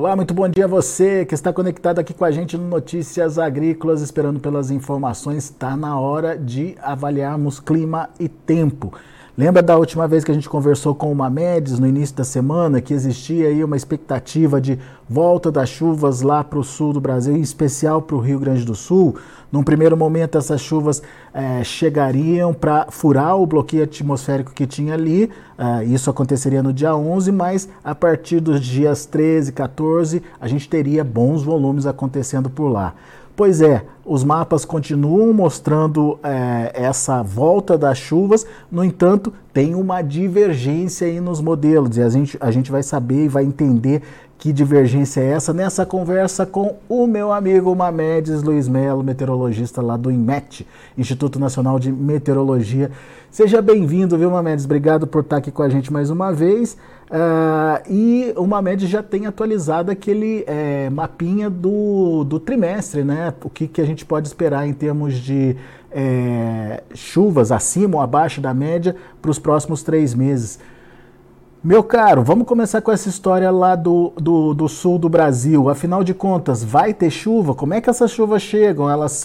Olá, muito bom dia a você que está conectado aqui com a gente no Notícias Agrícolas, esperando pelas informações. Está na hora de avaliarmos clima e tempo. Lembra da última vez que a gente conversou com o Mamedes no início da semana, que existia aí uma expectativa de volta das chuvas lá para o sul do Brasil, em especial para o Rio Grande do Sul? Num primeiro momento, essas chuvas chegariam para furar o bloqueio atmosférico que tinha ali. Isso aconteceria no dia 11, mas a partir dos dias 13, 14, a gente teria bons volumes acontecendo por lá. Pois é, os mapas continuam mostrando essa volta das chuvas, no entanto, tem uma divergência aí nos modelos, e a gente vai saber e vai entender que divergência é essa nessa conversa com o meu amigo Mamedes Luiz Melo, meteorologista lá do INMET, Instituto Nacional de Meteorologia. Seja bem-vindo, viu, Mamedes? Obrigado por estar aqui com a gente mais uma vez. E o Mamedes já tem atualizado aquele mapinha do trimestre, né? O que a gente pode esperar em termos de chuvas acima ou abaixo da média para os próximos 3 meses. Meu caro, vamos começar com essa história lá do sul do Brasil. Afinal de contas, vai ter chuva? Como é que essas chuvas chegam? Elas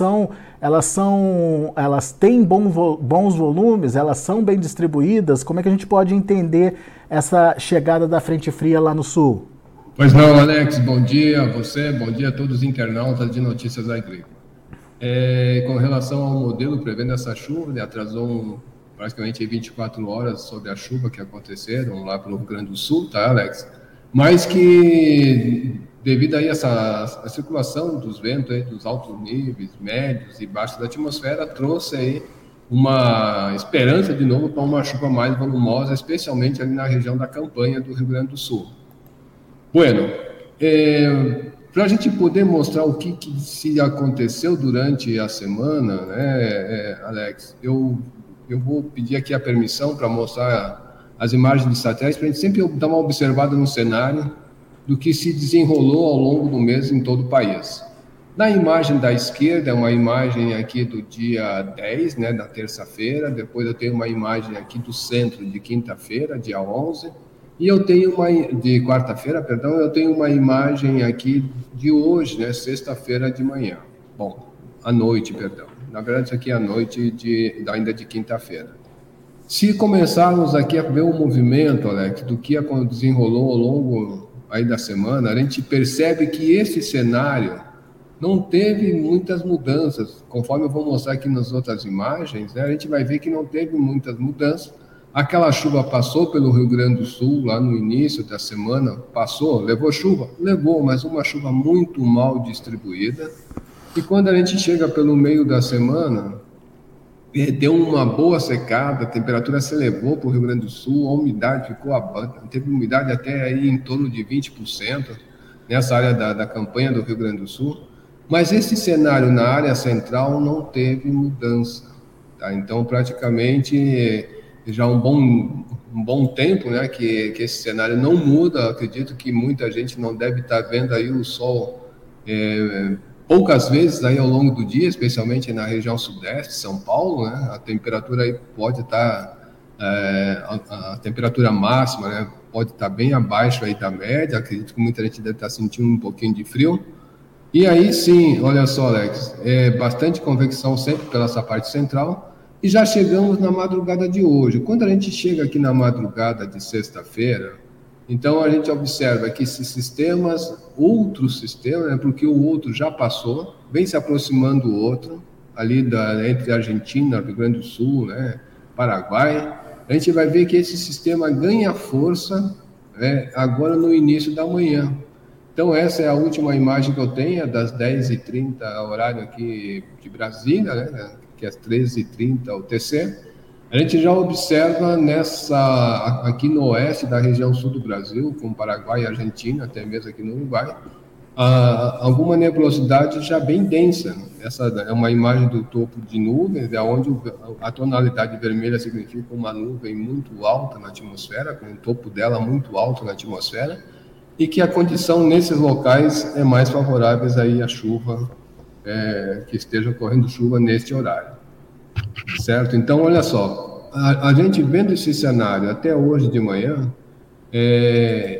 têm bons volumes? Elas são bem distribuídas? Como é que a gente pode entender essa chegada da frente fria lá no sul? Pois não, Alex, bom dia a você, bom dia a todos os internautas de Notícias Agrícolas. Com relação ao modelo prevendo essa chuva, ele atrasou praticamente 24 horas sobre a chuva que aconteceram lá pelo Rio Grande do Sul, tá, Alex? Mas que, devido aí a essa circulação dos ventos aí, dos altos níveis, médios e baixos da atmosfera, trouxe aí uma esperança de novo para uma chuva mais volumosa, especialmente ali na região da campanha do Rio Grande do Sul. Bueno, para a gente poder mostrar o que se aconteceu durante a semana, né, Alex, eu vou pedir aqui a permissão para mostrar as imagens de satélite, para a gente sempre dar uma observada no cenário do que se desenrolou ao longo do mês em todo o país. Na imagem da esquerda, é uma imagem aqui do dia 10, né, da terça-feira, depois eu tenho uma imagem aqui do centro de quinta-feira, dia 11, e eu tenho de quarta-feira, perdão, eu tenho uma imagem aqui de hoje, né, sexta-feira de manhã. Bom, à noite, perdão. Na verdade, isso aqui é a noite ainda de quinta-feira. Se começarmos aqui a ver o movimento, Alex, do que desenrolou ao longo aí da semana, a gente percebe que esse cenário não teve muitas mudanças. Conforme eu vou mostrar aqui nas outras imagens, né, a gente vai ver que não teve muitas mudanças. Aquela chuva passou pelo Rio Grande do Sul, lá no início da semana, passou, levou chuva? Levou, mas uma chuva muito mal distribuída. E quando a gente chega pelo meio da semana, deu uma boa secada, a temperatura se elevou para o Rio Grande do Sul, a umidade ficou teve umidade até aí em torno de 20% nessa área da campanha do Rio Grande do Sul. Mas esse cenário na área central não teve mudança. Tá? Então, praticamente, já um bom tempo, né, que esse cenário não muda. Acredito que muita gente não deve estar vendo aí o sol poucas vezes aí ao longo do dia, especialmente na região sudeste, São Paulo, né? A temperatura aí pode estar, a temperatura máxima, né, pode estar bem abaixo aí da média. Acredito que muita gente deve estar sentindo um pouquinho de frio. E aí sim, olha só, Alex, bastante convecção sempre pela essa parte central, e já chegamos na madrugada de hoje. Quando a gente chega aqui na madrugada de sexta-feira, então a gente observa que esses sistemas, outros sistemas, né, porque o outro já passou, vem se aproximando do outro, ali entre Argentina, Rio Grande do Sul, né, Paraguai, a gente vai ver que esse sistema ganha força agora no início da manhã. Então essa é a última imagem que eu tenho, das 10h30, horário aqui de Brasília, né, que é 13h30 UTC. A gente já observa aqui no oeste da região sul do Brasil, com Paraguai e Argentina, até mesmo aqui no Uruguai, alguma nebulosidade já bem densa. Essa é uma imagem do topo de nuvens, onde a tonalidade vermelha significa uma nuvem muito alta na atmosfera, com o topo dela muito alto na atmosfera, e que a condição nesses locais é mais favorável aí à chuva, que esteja ocorrendo chuva neste horário. Certo? Então, olha só, a gente vendo esse cenário até hoje de manhã,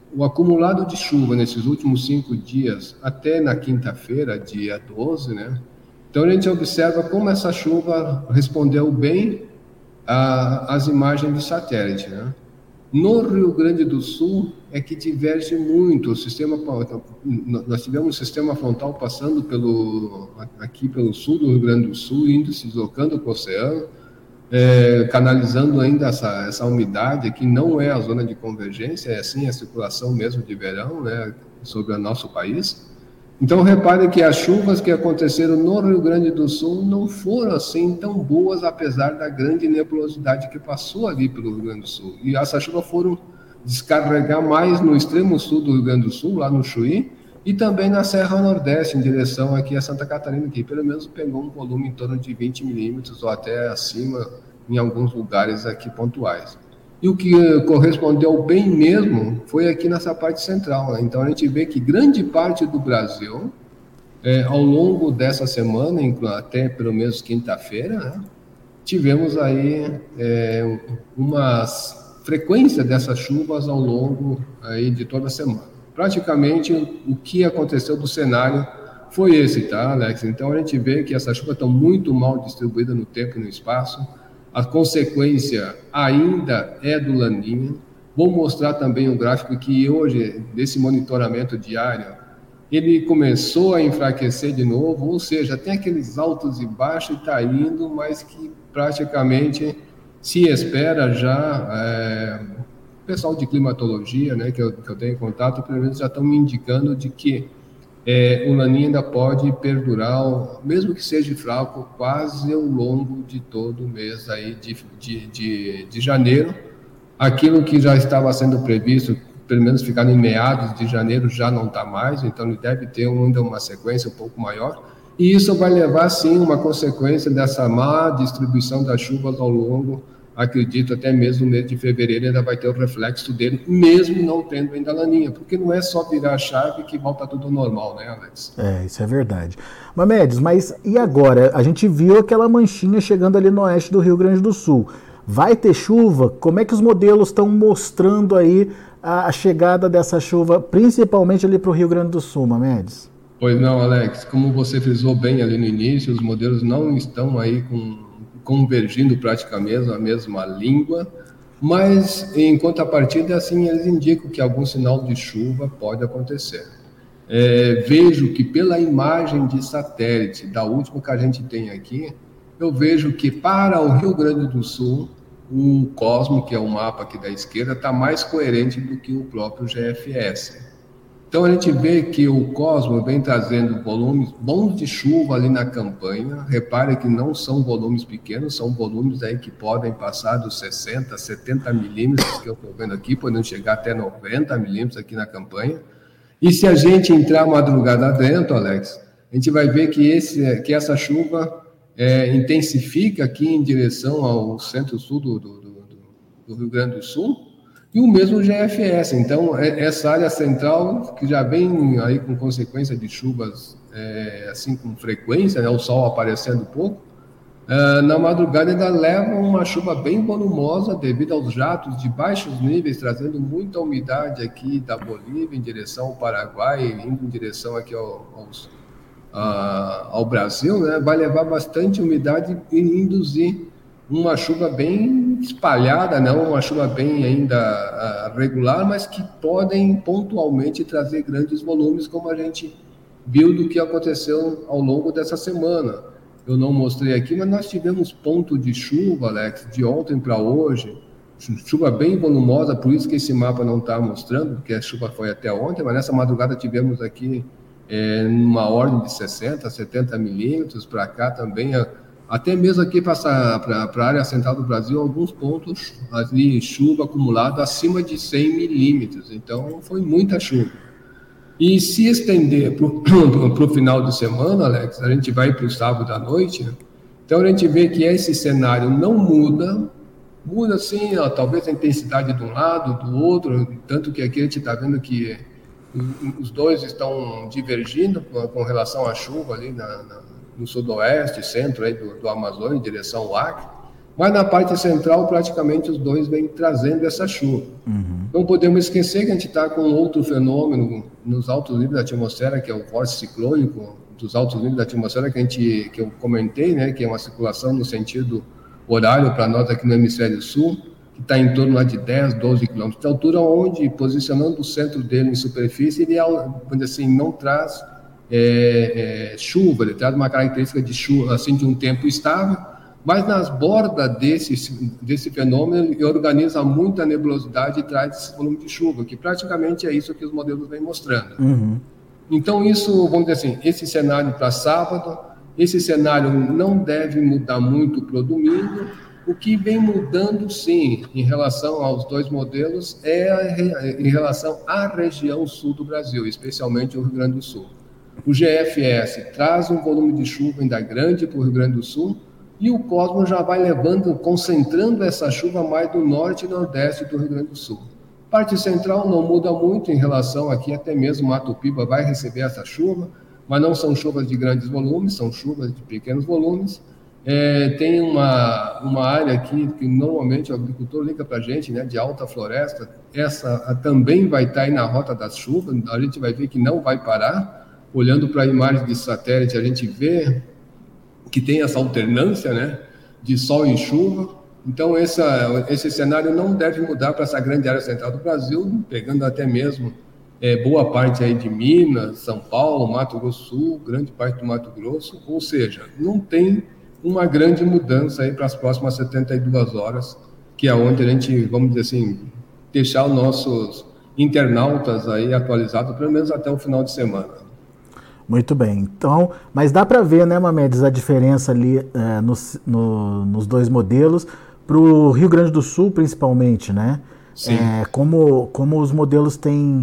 o acumulado de chuva nesses últimos 5 dias, até na quinta-feira, dia 12, né? Então a gente observa como essa chuva respondeu bem às imagens de satélite, né? No Rio Grande do Sul é que diverge muito o sistema. Nós tivemos um sistema frontal passando aqui pelo sul do Rio Grande do Sul, indo se deslocando para o oceano, canalizando ainda essa umidade que não é a zona de convergência, é sim a circulação mesmo de verão, né, sobre o nosso país. Então, repare que as chuvas que aconteceram no Rio Grande do Sul não foram assim tão boas, apesar da grande nebulosidade que passou ali pelo Rio Grande do Sul. E essas chuvas foram descarregar mais no extremo sul do Rio Grande do Sul, lá no Chuí, e também na Serra Nordeste, em direção aqui a Santa Catarina, que pelo menos pegou um volume em torno de 20 milímetros ou até acima em alguns lugares aqui pontuais. E o que correspondeu bem mesmo foi aqui nessa parte central, né? Então a gente vê que grande parte do Brasil, ao longo dessa semana, até pelo menos quinta-feira, né, tivemos aí uma frequência dessas chuvas ao longo aí de toda a semana. Praticamente o que aconteceu do cenário foi esse, tá, Alex? Então a gente vê que essas chuvas estão muito mal distribuídas no tempo e no espaço. A consequência ainda é do Laninha. Vou mostrar também um gráfico que hoje, desse monitoramento diário, ele começou a enfraquecer de novo, ou seja, tem aqueles altos e baixos e está indo, mas que praticamente se espera já, o pessoal de climatologia, né, que eu tenho contato, pelo menos já estão me indicando de que o Laninha ainda pode perdurar, mesmo que seja fraco, quase ao longo de todo o mês aí de janeiro. Aquilo que já estava sendo previsto, pelo menos ficar em meados de janeiro, já não está mais, então ele deve ter ainda uma sequência um pouco maior. E isso vai levar, sim, uma consequência dessa má distribuição das chuvas ao longo, acredito, até mesmo no mês de fevereiro ainda vai ter o reflexo dele, mesmo não tendo ainda Laninha, porque não é só virar a chave que volta tudo normal, né, Alex? Isso é verdade. Mamedes, mas e agora? A gente viu aquela manchinha chegando ali no oeste do Rio Grande do Sul. Vai ter chuva? Como é que os modelos estão mostrando aí a chegada dessa chuva, principalmente ali para o Rio Grande do Sul, Mamedes? Pois não, Alex, como você frisou bem ali no início, os modelos não estão aí convergindo praticamente a mesma língua, mas em contrapartida, assim, eles indicam que algum sinal de chuva pode acontecer. Vejo que pela imagem de satélite, da última que a gente tem aqui, eu vejo que para o Rio Grande do Sul, o Cosmo, que é o mapa aqui da esquerda, está mais coerente do que o próprio GFS. Então a gente vê que o Cosmo vem trazendo volumes bons de chuva ali na campanha. Repare que não são volumes pequenos, são volumes aí que podem passar dos 60, 70 milímetros, que eu estou vendo aqui, podendo chegar até 90 milímetros aqui na campanha. E se a gente entrar madrugada dentro, Alex, a gente vai ver que essa chuva intensifica aqui em direção ao centro-sul do Rio Grande do Sul, e o mesmo GFS. Então, essa área central, que já vem aí com consequência de chuvas assim com frequência, né, o sol aparecendo pouco, na madrugada ainda leva uma chuva bem volumosa devido aos jatos de baixos níveis, trazendo muita umidade aqui da Bolívia em direção ao Paraguai, indo em direção aqui ao Brasil, né, vai levar bastante umidade e induzir uma chuva bem espalhada, não uma chuva bem ainda regular, mas que podem pontualmente trazer grandes volumes, como a gente viu do que aconteceu ao longo dessa semana. Eu não mostrei aqui, mas nós tivemos ponto de chuva, Alex, de ontem para hoje, chuva bem volumosa, por isso que esse mapa não está mostrando, porque a chuva foi até ontem, mas nessa madrugada tivemos aqui numa ordem de 60, 70 milímetros, para cá também, até mesmo aqui para a área central do Brasil, alguns pontos ali, chuva acumulada acima de 100 milímetros. Então, foi muita chuva. E se estender para o final de semana, Alex, a gente vai para o sábado à noite, então a gente vê que esse cenário não muda sim, talvez a intensidade de um lado, do outro, tanto que aqui a gente está vendo que os dois estão divergindo com relação à chuva ali no sudoeste, centro aí do Amazonas, em direção ao Acre, Mas na parte central, praticamente os dois vêm trazendo essa chuva. Não podemos esquecer que a gente está com outro fenômeno nos altos níveis da atmosfera, que é o vórtice ciclônico dos altos níveis da atmosfera, que eu comentei, né, que é uma circulação no sentido horário para nós aqui no hemisfério sul, que está em torno lá de 10, 12 quilômetros de altura, onde, posicionando o centro dele em superfície, ele, assim, não traz chuva, ele traz uma característica de chuva, assim, de um tempo estável, mas nas bordas desse fenômeno ele organiza muita nebulosidade e traz esse volume de chuva, que praticamente é isso que os modelos vêm mostrando. Então isso, vamos dizer assim, esse cenário para sábado, esse cenário não deve mudar muito para o domingo. O que vem mudando, sim, em relação aos dois modelos é em relação à região sul do Brasil, especialmente o Rio Grande do Sul. O GFS traz um volume de chuva ainda grande para o Rio Grande do Sul, e o Cosmo já vai levando, concentrando essa chuva mais do norte e nordeste do Rio Grande do Sul. Parte central não muda muito em relação aqui, até mesmo Mato Piba vai receber essa chuva, mas não são chuvas de grandes volumes, são chuvas de pequenos volumes. Tem uma área aqui que normalmente o agricultor liga para a gente, né, de alta floresta, essa também vai estar aí na rota das chuvas, a gente vai ver que não vai parar. Olhando para a imagem de satélite, a gente vê que tem essa alternância, né, de sol e chuva. Então, esse cenário não deve mudar para essa grande área central do Brasil, pegando até mesmo boa parte aí de Minas, São Paulo, Mato Grosso do Sul, grande parte do Mato Grosso, ou seja, não tem uma grande mudança aí para as próximas 72 horas, que é onde a gente, vamos dizer assim, deixar os nossos internautas aí atualizados, pelo menos até o final de semana. Muito bem, então, mas dá para ver, né, Mamedes, a diferença ali nos dois modelos, para o Rio Grande do Sul principalmente, né? Sim. Como os modelos têm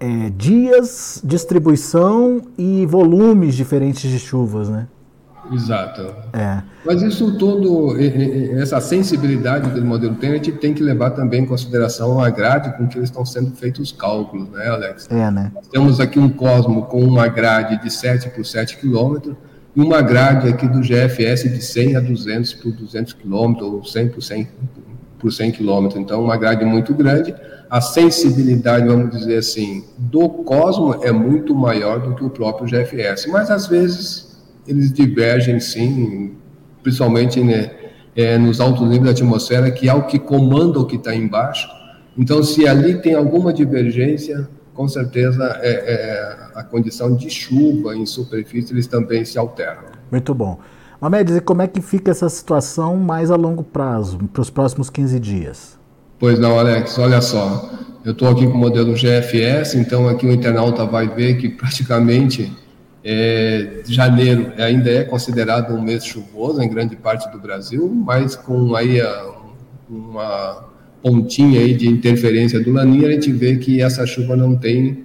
dias, distribuição e volumes diferentes de chuvas, né? Exato. Mas isso tudo, essa sensibilidade que o modelo tem, a gente tem que levar também em consideração a grade com que eles estão sendo feitos os cálculos, né, Alex? Né? Nós temos aqui um Cosmo com uma grade de 7 por 7 km e uma grade aqui do GFS de 100 a 200 por 200 km ou 100 por 100 km. Então, uma grade muito grande. A sensibilidade, vamos dizer assim, do Cosmo é muito maior do que o próprio GFS, mas às vezes eles divergem, sim, principalmente, né, nos altos níveis da atmosfera, que é o que comanda o que está embaixo. Então, se ali tem alguma divergência, com certeza a condição de chuva em superfície, eles também se alteram. Muito bom. Mamedes, e como é que fica essa situação mais a longo prazo, para os próximos 15 dias? Pois não, Alex, olha só, eu estou aqui com o modelo GFS, então aqui o internauta vai ver que praticamente janeiro ainda é considerado um mês chuvoso em grande parte do Brasil, mas com aí uma pontinha aí de interferência do Laninha, a gente vê que essa chuva não tem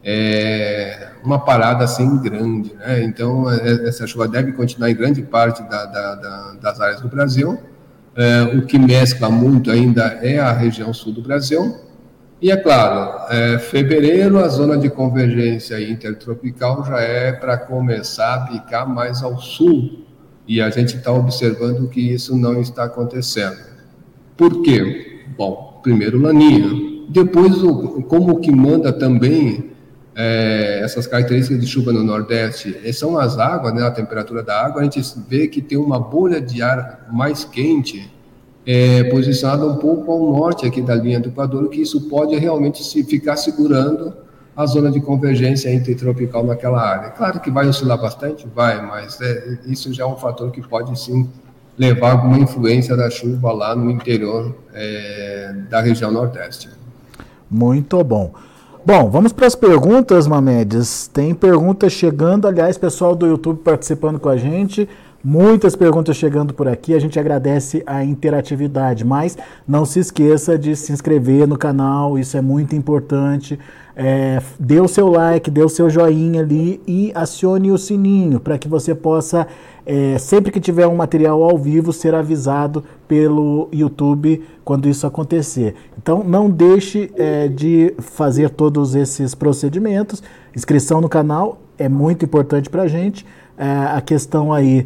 uma parada assim grande, né? Então essa chuva deve continuar em grande parte das áreas do Brasil. O que mescla muito ainda é a região sul do Brasil. E é claro, fevereiro, a zona de convergência intertropical já é para começar a picar mais ao sul. E a gente está observando que isso não está acontecendo. Por quê? Bom, primeiro Laninha. Depois, como que manda também essas características de chuva no Nordeste, são as águas, né, a temperatura da água, a gente vê que tem uma bolha de ar mais quente, posicionada um pouco ao norte aqui da linha do Equador, que isso pode realmente ficar segurando a zona de convergência intertropical naquela área. Claro que vai oscilar bastante, mas isso já é um fator que pode sim levar alguma influência da chuva lá no interior da região Nordeste. Muito bom. Bom, vamos para as perguntas, Mamedes. Tem perguntas chegando, aliás, pessoal do YouTube participando com a gente. Muitas perguntas chegando por aqui, a gente agradece a interatividade, mas não se esqueça de se inscrever no canal, isso é muito importante. Dê o seu like, dê o seu joinha ali e acione o sininho para que você possa, sempre que tiver um material ao vivo, ser avisado pelo YouTube quando isso acontecer. Então não deixe de fazer todos esses procedimentos. Inscrição no canal é muito importante para a gente. a questão aí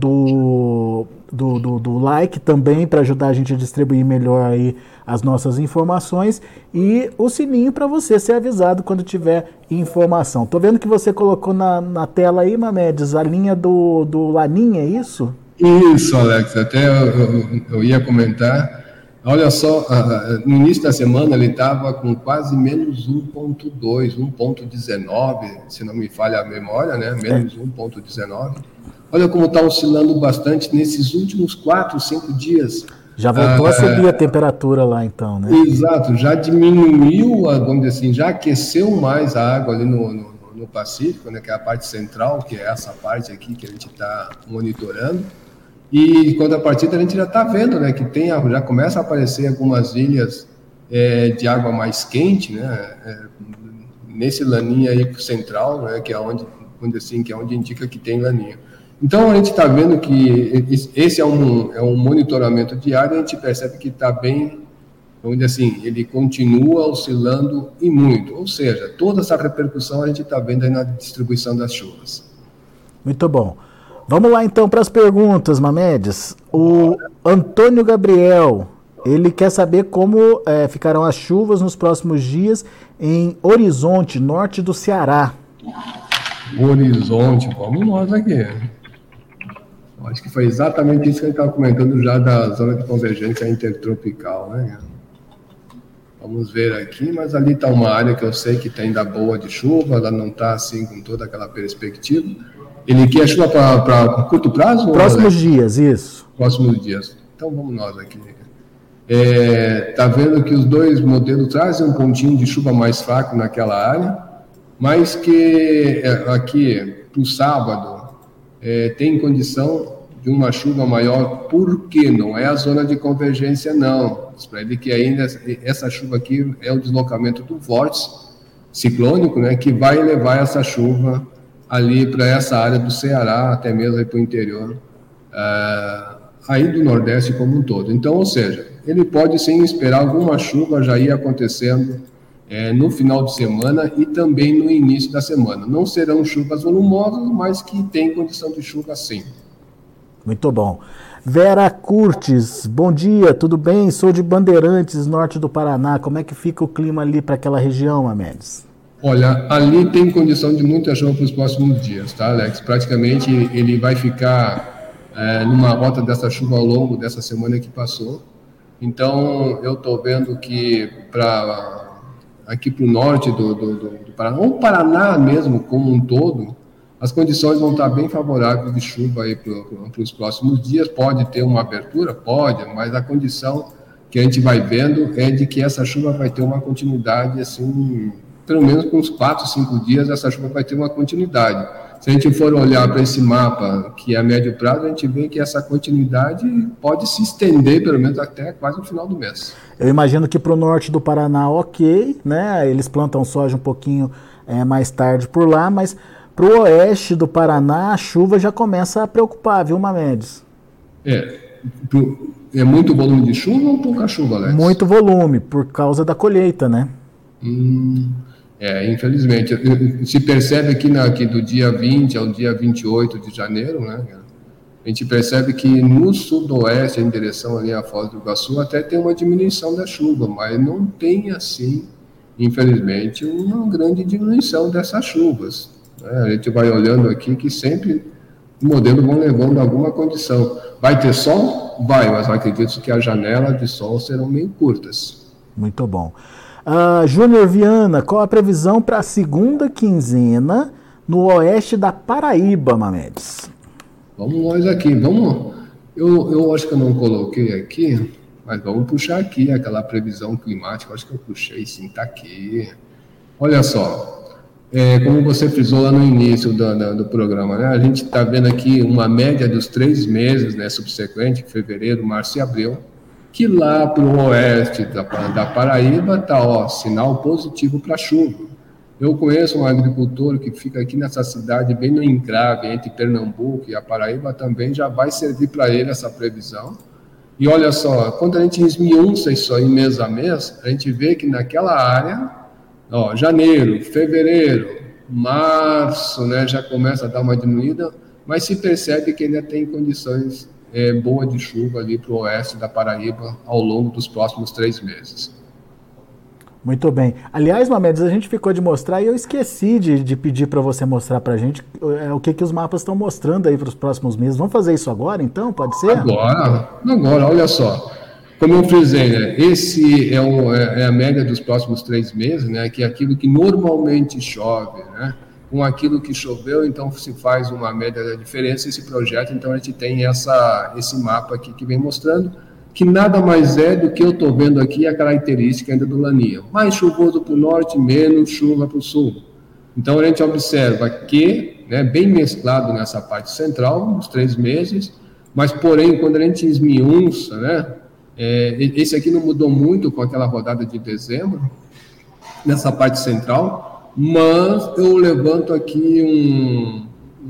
do like também, para ajudar a gente a distribuir melhor aí as nossas informações, e o sininho para você ser avisado quando tiver informação. Tô vendo que você colocou na tela aí, Mamedes, a linha do Laninha, é isso? Isso, Alex, até eu ia comentar. Olha só, no início da semana ele estava com quase menos 1,2, 1,19, se não me falha a memória, né? Menos 1,19. Olha como está oscilando bastante nesses últimos 4, 5 dias. Já voltou a subir a temperatura lá, então, né? Exato, já diminuiu, vamos dizer assim, já aqueceu mais a água ali no Pacífico, né? Que é a parte central, que é essa parte aqui que a gente está monitorando. E quando a partida a gente já está vendo, né, que já começa a aparecer algumas ilhas de água mais quente, né, nesse laninha aí central, né, que é onde indica que tem laninha. Então a gente está vendo que esse é um monitoramento diário, a gente percebe que está bem, vamos dizer assim, ele continua oscilando e muito, ou seja, toda essa repercussão a gente está vendo aí na distribuição das chuvas. Muito bom. Vamos lá então para as perguntas, Mamedes. O Antônio Gabriel, ele quer saber como ficarão as chuvas nos próximos dias em Horizonte, norte do Ceará. Horizonte, vamos nós aqui. Acho que foi exatamente isso que a gente estava comentando já da zona de convergência intertropical, né? Vamos ver aqui, mas ali está uma área que eu sei que está ainda boa de chuva, ela não está assim com toda aquela perspectiva. Ele quer chuva para curto prazo? Próximos dias, isso. Próximos dias. Então vamos nós aqui. Tá vendo que os dois modelos trazem um pontinho de chuva mais fraco naquela área, mas que aqui para o sábado tem condição de uma chuva maior, porque não é a zona de convergência, não. Diz para ele que ainda essa chuva aqui é o deslocamento do vórtice ciclônico, né, que vai levar essa chuva ali para essa área do Ceará, até mesmo aí para o interior, aí do Nordeste como um todo. Então, ou seja, ele pode sim esperar alguma chuva já ir acontecendo no final de semana e também no início da semana. Não serão chuvas volumosas, mas que tem condição de chuva sim. Muito bom. Vera Curtis, bom dia, tudo bem? Sou de Bandeirantes, norte do Paraná. Como é que fica o clima ali para aquela região, Mamedes? Olha, ali tem condição de muita chuva para os próximos dias, tá, Alex? Praticamente ele vai ficar numa rota dessa chuva ao longo dessa semana que passou. Então, eu estou vendo que aqui para o norte do Paraná, ou Paraná mesmo como um todo, as condições vão estar bem favoráveis de chuva aí para os próximos dias. Pode ter uma abertura? Pode, mas a condição que a gente vai vendo é de que essa chuva vai ter uma continuidade assim, pelo menos por uns 4, 5 dias, essa chuva vai ter uma continuidade. Se a gente for olhar para esse mapa, que é a médio prazo, a gente vê que essa continuidade pode se estender, pelo menos até quase o final do mês. Eu imagino que para o norte do Paraná, ok, né? Eles plantam soja um pouquinho mais tarde por lá, mas para o oeste do Paraná, a chuva já começa a preocupar, viu, Mamedes? É muito volume de chuva ou pouca chuva, Alex? Muito volume, por causa da colheita, né? Infelizmente, se percebe aqui do dia 20 ao dia 28 de janeiro, né? A gente percebe que no sudoeste, em direção ali à Foz do Iguaçu, até tem uma diminuição da chuva, mas não tem assim, infelizmente, uma grande diminuição dessas chuvas, né? A gente vai olhando aqui que sempre o modelo vão levando alguma condição. Vai ter sol? Vai, mas eu acredito que as janelas de sol serão meio curtas. Muito bom. Júnior Viana, qual a previsão para a segunda quinzena no oeste da Paraíba, Mamedes? Vamos nós aqui, eu acho que eu não coloquei aqui, mas vamos puxar aqui aquela previsão climática, acho que eu puxei sim, está aqui. Olha só, como você frisou lá no início do programa, né? A gente está vendo aqui uma média dos 3 meses, né, subsequente, fevereiro, março e abril, que lá para o oeste da Paraíba está, sinal positivo para chuva. Eu conheço um agricultor que fica aqui nessa cidade, bem no encrave, entre Pernambuco e a Paraíba, também já vai servir para ele essa previsão. E olha só, quando a gente esmiuça isso aí mês a mês, a gente vê que naquela área, janeiro, fevereiro, março, né, já começa a dar uma diminuída, mas se percebe que ainda tem condições boas de chuva ali para o oeste da Paraíba ao longo dos próximos 3 meses. Muito bem. Aliás, Mamedes, a gente ficou de mostrar e eu esqueci de pedir para você mostrar para a gente o que os mapas estão mostrando aí para os próximos meses. Vamos fazer isso agora, então? Pode ser? Agora, olha só. Como eu frisei, né, esse é a média dos próximos 3 meses, né, que é aquilo que normalmente chove, né, com aquilo que choveu, então se faz uma média da diferença, esse projeto, então a gente tem esse mapa aqui que vem mostrando, que nada mais é do que eu estou vendo aqui a característica ainda do Laninha. Mais chuvoso para o norte, menos chuva para o sul. Então a gente observa que, né, bem mesclado nessa parte central, nos 3 meses, mas porém, quando a gente esmiuça, né, esse aqui não mudou muito com aquela rodada de dezembro, nessa parte central, mas eu levanto aqui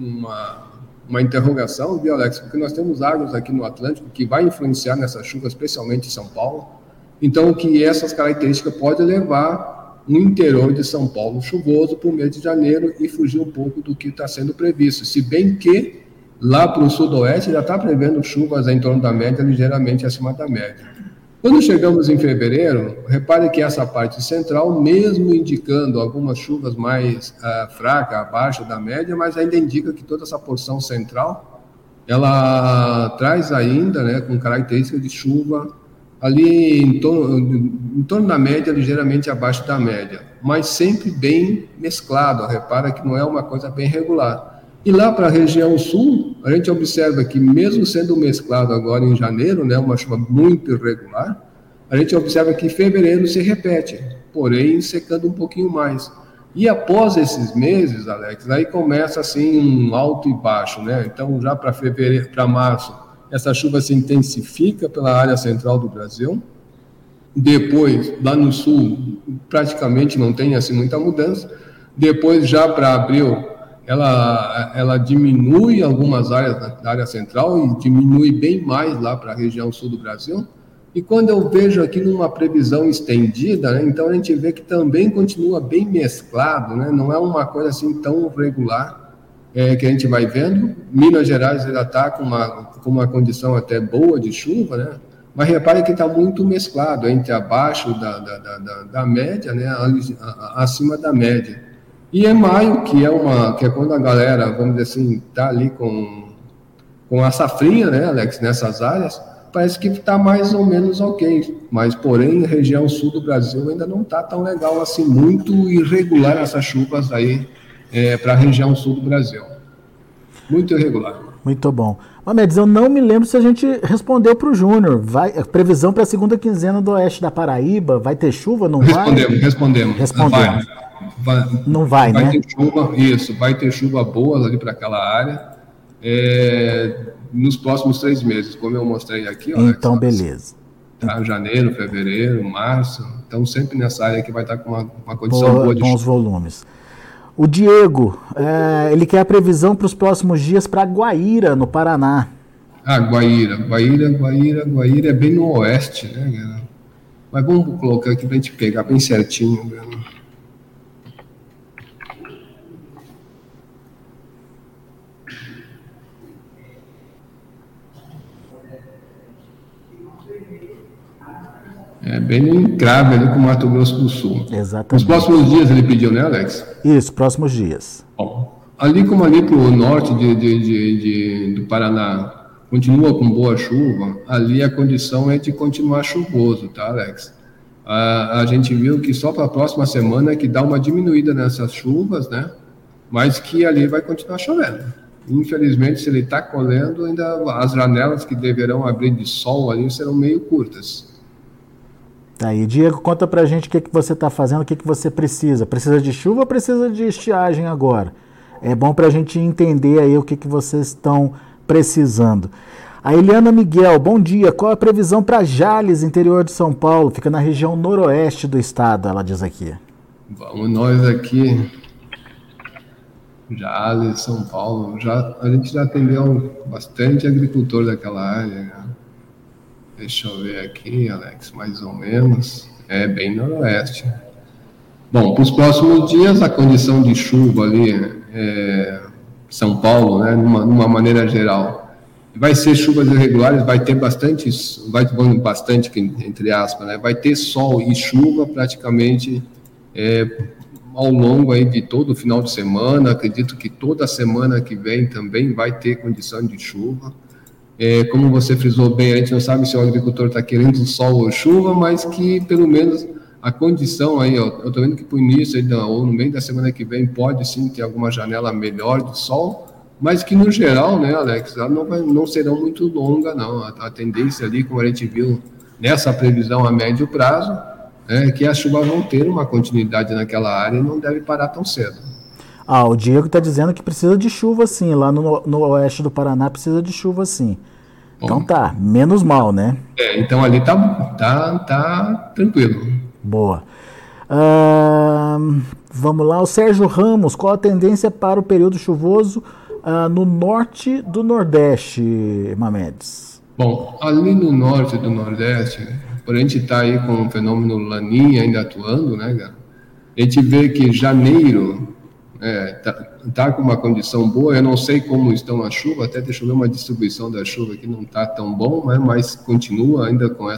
uma interrogação, viu, Alex? Porque nós temos águas aqui no Atlântico que vai influenciar nessa chuva, especialmente em São Paulo, então que essas características podem levar o interior de São Paulo chuvoso para o mês de janeiro e fugir um pouco do que está sendo previsto, se bem que lá para o sudoeste já está prevendo chuvas em torno da média, ligeiramente acima da média. Quando chegamos em fevereiro, repare que essa parte central, mesmo indicando algumas chuvas mais fracas, abaixo da média, mas ainda indica que toda essa porção central, ela traz ainda, né, com característica de chuva ali em torno da média, ligeiramente abaixo da média, mas sempre bem mesclado. Repara que não é uma coisa bem regular. E lá para a região sul, a gente observa que mesmo sendo mesclado agora em janeiro, né, uma chuva muito irregular, a gente observa que em fevereiro se repete, porém secando um pouquinho mais. E após esses meses, Alex, aí começa assim um alto e baixo, né? Então já para fevereiro, para março, essa chuva se intensifica pela área central do Brasil. Depois, lá no sul, praticamente não tem assim muita mudança. Depois, já para abril, ela diminui algumas áreas da área central e diminui bem mais lá para a região sul do Brasil. E quando eu vejo aqui numa previsão estendida, né, então a gente vê que também continua bem mesclado, né, não é uma coisa assim tão regular que a gente vai vendo. Minas Gerais ainda está com uma condição até boa de chuva, né, mas repare que está muito mesclado entre abaixo da média, né, acima da média. E é maio, que é quando a galera, vamos dizer assim, está ali com a safrinha, né, Alex, nessas áreas, parece que está mais ou menos ok. Mas, porém, região sul do Brasil ainda não está tão legal assim, muito irregular essas chuvas aí para a região sul do Brasil. Muito irregular. Muito bom. Mamedes, eu não me lembro se a gente respondeu para o Júnior. Previsão para a segunda quinzena do oeste da Paraíba, vai ter chuva, não vai? Respondemos. Não vai, né? Ter chuva, isso, vai ter chuva boa ali para aquela área nos próximos 3 meses, como eu mostrei aqui. Ó, então, beleza. Tá, janeiro, fevereiro, março, então sempre nessa área que vai estar com uma condição boa de bons volumes. O Diego, ele quer a previsão para os próximos dias para Guaíra, no Paraná. Guaíra é bem no oeste, né, galera? Mas vamos colocar aqui para a gente pegar bem certinho, galera. Bem no encrave ali com o Mato Grosso do Sul. Exatamente. Nos próximos dias ele pediu, né, Alex? Isso, próximos dias. Bom, ali para o norte do Paraná continua com boa chuva, ali a condição é de continuar chuvoso, tá, Alex? A gente viu que só para a próxima semana é que dá uma diminuída nessas chuvas, né? Mas que ali vai continuar chovendo. Infelizmente, se ele está colhendo, ainda as janelas que deverão abrir de sol ali serão meio curtas. Tá aí, Diego, conta pra gente o que você está fazendo, o que você precisa. Precisa de chuva ou precisa de estiagem agora? É bom pra gente entender aí o que vocês estão precisando. A Eliana Miguel, bom dia. Qual a previsão para Jales, interior de São Paulo? Fica na região noroeste do estado, ela diz aqui. Vamos nós aqui, Jales, São Paulo. A gente já atendeu bastante agricultor daquela área, né? Deixa eu ver aqui, Alex, mais ou menos. É bem noroeste. Bom, para os próximos dias, a condição de chuva ali São Paulo, né, numa maneira geral. Vai ser chuvas irregulares, vai ter bastante, entre aspas, né, vai ter sol e chuva praticamente ao longo aí de todo o final de semana. Acredito que toda semana que vem também vai ter condição de chuva. Como você frisou bem, a gente não sabe se o agricultor está querendo sol ou chuva, mas que pelo menos a condição aí, eu estou vendo que para o início ou no meio da semana que vem pode sim ter alguma janela melhor de sol, mas que no geral, né, Alex, ela não será muito longa, não. A tendência ali, como a gente viu nessa previsão a médio prazo, é que as chuvas vão ter uma continuidade naquela área e não deve parar tão cedo. O Diego está dizendo que precisa de chuva sim, lá no oeste do Paraná precisa de chuva sim. Bom, então tá, menos mal, né? Então ali tá tranquilo. Boa. Vamos lá, o Sérgio Ramos, qual a tendência para o período chuvoso no norte do Nordeste, Mamedes? Bom, ali no norte do Nordeste, por a gente estar aí com o fenômeno Laninha ainda atuando, né, cara? A gente vê que janeiro tá com uma condição boa. Eu não sei como estão as chuvas, até deixa eu ver uma distribuição da chuva que não está tão bom, né, mas continua ainda com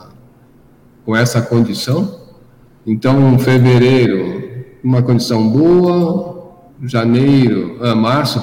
essa condição. Então, fevereiro, uma condição boa, março,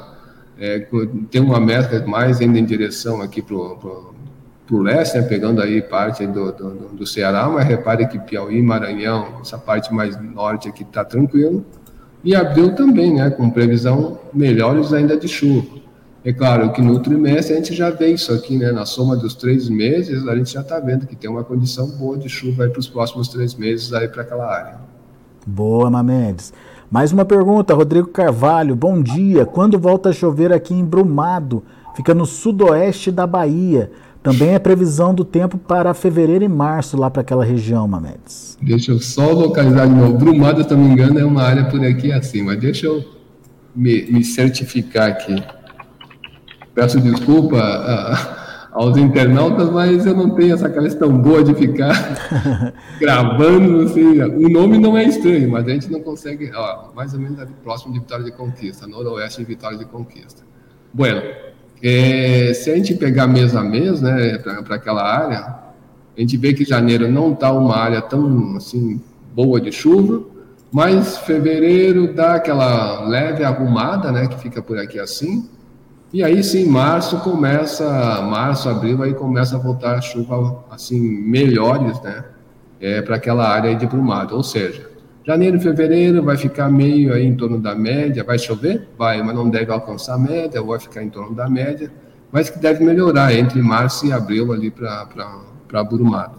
tem uma meta mais ainda em direção aqui pro leste, né, pegando aí parte do Ceará, mas repare que Piauí, Maranhão, essa parte mais norte aqui está tranquilo. E abril também, né, com previsão melhores ainda de chuva. É claro que no trimestre a gente já vê isso aqui, né, na soma dos 3 meses, a gente já está vendo que tem uma condição boa de chuva para os próximos 3 meses aí para aquela área. Boa, Mamedes. Mais uma pergunta, Rodrigo Carvalho, bom dia. Quando volta a chover aqui em Brumado? Fica no sudoeste da Bahia. Também é previsão do tempo para fevereiro e março lá para aquela região, Mamedes. Deixa eu só localizar de novo. Brumado, se não me engano, é uma área por aqui acima. Deixa eu me certificar aqui. Peço desculpa aos internautas, mas eu não tenho essa cabeça tão boa de ficar gravando. Assim. O nome não é estranho, mas a gente não consegue... mais ou menos ali próximo de Vitória de Conquista, noroeste de Vitória de Conquista. Bueno, se a gente pegar mês a mês, né, para aquela área, a gente vê que janeiro não está uma área tão assim, boa de chuva, mas fevereiro dá aquela leve arrumada, né, que fica por aqui assim, e aí sim, março, abril, aí começa a voltar a chuva assim, melhores, né, para aquela área aí de Brumado, ou seja, janeiro e fevereiro vai ficar meio aí em torno da média. Vai chover? Vai, mas não deve alcançar a média, vai ficar em torno da média, mas que deve melhorar entre março e abril ali para Brumado.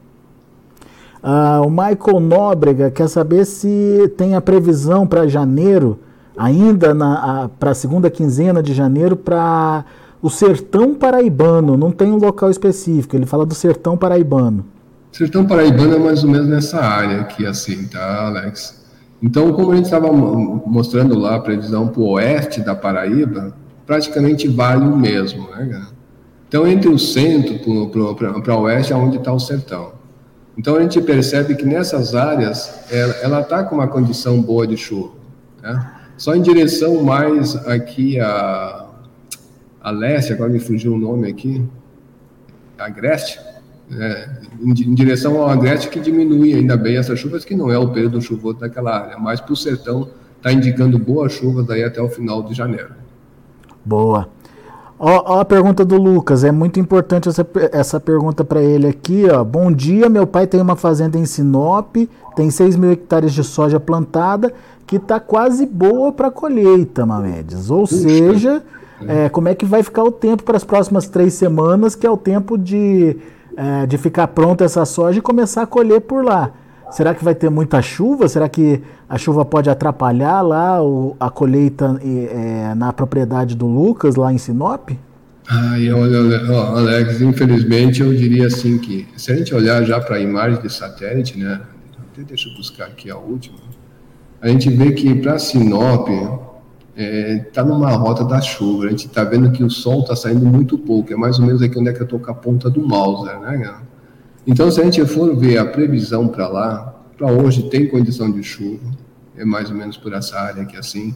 O Michael Nóbrega quer saber se tem a previsão para janeiro, ainda para a segunda quinzena de janeiro, para o sertão paraibano. Não tem um local específico, ele fala do sertão paraibano. Sertão paraibano é mais ou menos nessa área aqui, assim, tá, Alex? Então, como a gente estava mostrando lá a previsão para o oeste da Paraíba, praticamente vale o mesmo, né, cara? Então, entre o centro para o oeste é onde está o sertão. Então, a gente percebe que nessas áreas, ela está com uma condição boa de chuva, né? Só em direção mais aqui a leste, agora me fugiu o nome aqui, Agreste, em direção ao Agreste, que diminui ainda bem essas chuvas, que não é o período chuvoso daquela área, mas para o sertão está indicando boas chuvas daí até o final de janeiro. Boa. Ó a pergunta do Lucas, é muito importante essa pergunta para ele aqui, ó. Bom dia, meu pai tem uma fazenda em Sinop, tem 6.000 hectares de soja plantada, que está quase boa para colheita, Mamedes. Ou seja, como é que vai ficar o tempo para as próximas 3 semanas, que é o tempo de ficar pronta essa soja e começar a colher por lá. Será que vai ter muita chuva? Será que a chuva pode atrapalhar lá a colheita na propriedade do Lucas, lá em Sinop? Olha, Alex, infelizmente eu diria assim que, se a gente olhar já para a imagem de satélite, né, deixa eu buscar aqui a última, a gente vê que para Sinop está numa rota da chuva. A gente está vendo que o sol está saindo muito pouco, é mais ou menos aqui onde é que eu estou com a ponta do mouse, né? Então, se a gente for ver a previsão para lá, para hoje tem condição de chuva, é mais ou menos por essa área aqui assim.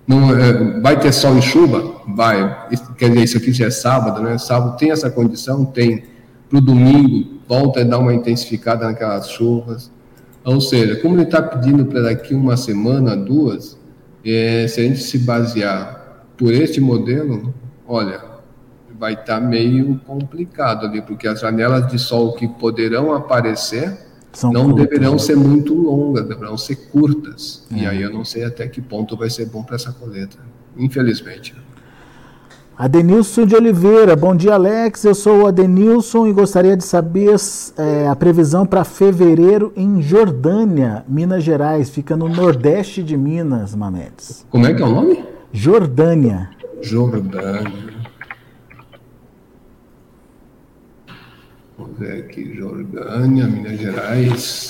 Não, vai ter sol e chuva? Vai. Quer dizer, isso aqui já é sábado, né? Sábado tem essa condição? Tem. Para o domingo, volta a dar uma intensificada naquelas chuvas. Ou seja, como ele está pedindo para daqui uma semana, 2, se a gente se basear por este modelo, olha, vai estar meio complicado ali, porque as janelas de sol que poderão aparecer não deverão ser muito longas, deverão ser curtas. E aí eu não sei até que ponto vai ser bom para essa colheita, infelizmente. Adenilson de Oliveira, bom dia, Alex, eu sou o Adenilson e gostaria de saber a previsão para fevereiro em Jordânia, Minas Gerais, fica no nordeste de Minas, Mamedes. Como é que é o nome? Jordânia. Jordânia. Vamos ver aqui, Jordânia, Minas Gerais.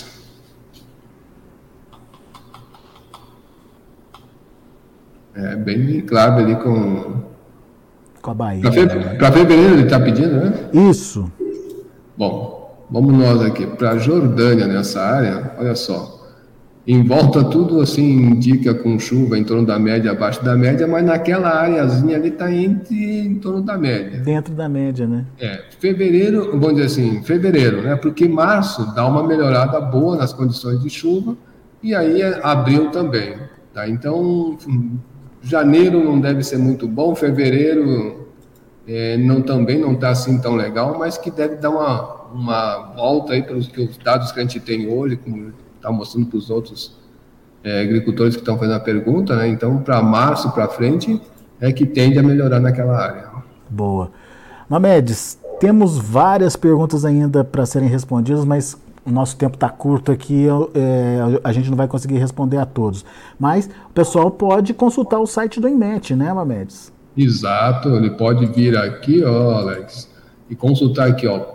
É bem claro ali com a Bahia. Para fevereiro ele está pedindo, né? Isso. Bom, vamos nós aqui. Para Jordânia, nessa área, olha só. Em volta tudo assim indica com chuva em torno da média, abaixo da média, mas naquela areazinha ali está em torno da média. Dentro da média, né? Fevereiro, vamos dizer assim, fevereiro, né? Porque março dá uma melhorada boa nas condições de chuva e aí abril também, tá? Então, janeiro não deve ser muito bom, fevereiro também não está assim tão legal, mas que deve dar uma volta aí pelos os dados que a gente tem hoje, como está mostrando para os outros agricultores que estão fazendo a pergunta, né? Então, para março, para frente, é que tende a melhorar naquela área. Boa. Mamedes, temos várias perguntas ainda para serem respondidas, mas o nosso tempo está curto aqui, a gente não vai conseguir responder a todos. Mas o pessoal pode consultar o site do INMET, né, Mamedes? Exato, ele pode vir aqui, ó, Alex, e consultar aqui, ó,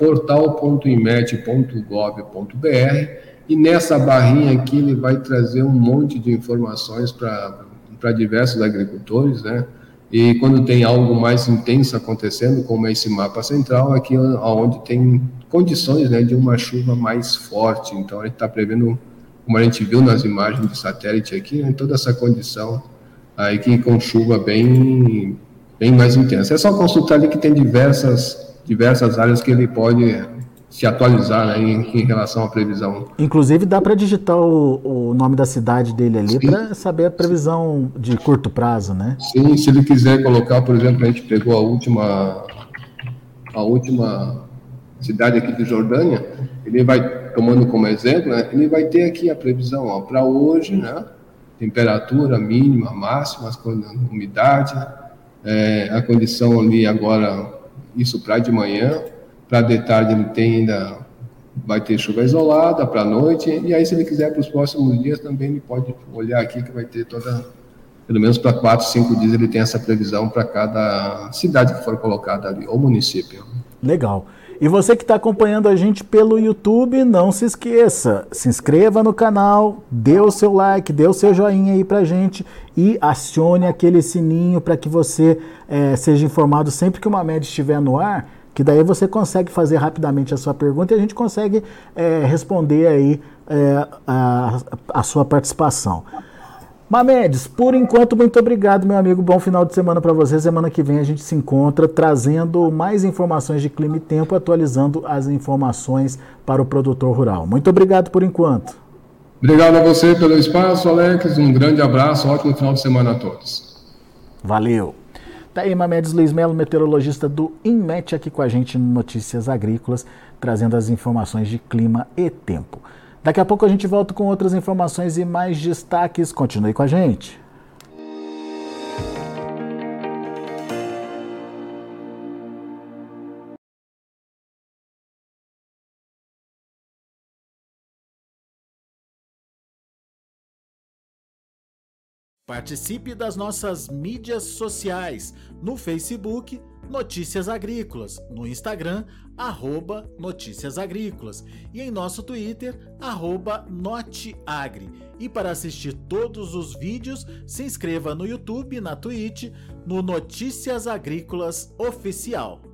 portal.inmet.gov.br, e nessa barrinha aqui ele vai trazer um monte de informações para diversos agricultores, né? E quando tem algo mais intenso acontecendo, como esse mapa central, aqui onde tem condições, né, de uma chuva mais forte. Então, a gente está prevendo, como a gente viu nas imagens de satélite aqui, né, toda essa condição aí que com chuva bem mais intensa. É só consultar ali que tem diversas áreas que ele pode se atualizar, né, em relação à previsão. Inclusive dá para digitar o nome da cidade dele ali para saber a previsão de curto prazo, né? Sim, se ele quiser colocar, por exemplo, a gente pegou a última cidade aqui de Jordânia, ele vai, tomando como exemplo, né, ele vai ter aqui a previsão para hoje, né, temperatura mínima, máxima, umidade, a condição ali agora, isso para de manhã. Para de tarde ele vai ter chuva isolada para a noite, e aí se ele quiser para os próximos dias também ele pode olhar aqui que vai ter pelo menos para 4, 5 dias ele tem essa previsão para cada cidade que for colocada ali, ou município. Legal. E você que está acompanhando a gente pelo YouTube, não se esqueça, se inscreva no canal, dê o seu like, dê o seu joinha aí pra gente e acione aquele sininho para que você seja informado sempre que o Mamed estiver no ar, que daí você consegue fazer rapidamente a sua pergunta e a gente consegue responder aí a sua participação. Mamedes, por enquanto, muito obrigado, meu amigo. Bom final de semana para você. Semana que vem a gente se encontra trazendo mais informações de clima e tempo, atualizando as informações para o produtor rural. Muito obrigado por enquanto. Obrigado a você pelo espaço, Alex. Um grande abraço, ótimo final de semana a todos. Valeu. Tá aí Mamedes Luiz Melo, meteorologista do INMET, aqui com a gente no Notícias Agrícolas, trazendo as informações de clima e tempo. Daqui a pouco a gente volta com outras informações e mais destaques. Continue com a gente. Participe das nossas mídias sociais, no Facebook, Notícias Agrícolas, no Instagram, @Notícias Agrícolas e em nosso Twitter, @Noteagri. E para assistir todos os vídeos, se inscreva no YouTube, na Twitch, no Notícias Agrícolas Oficial.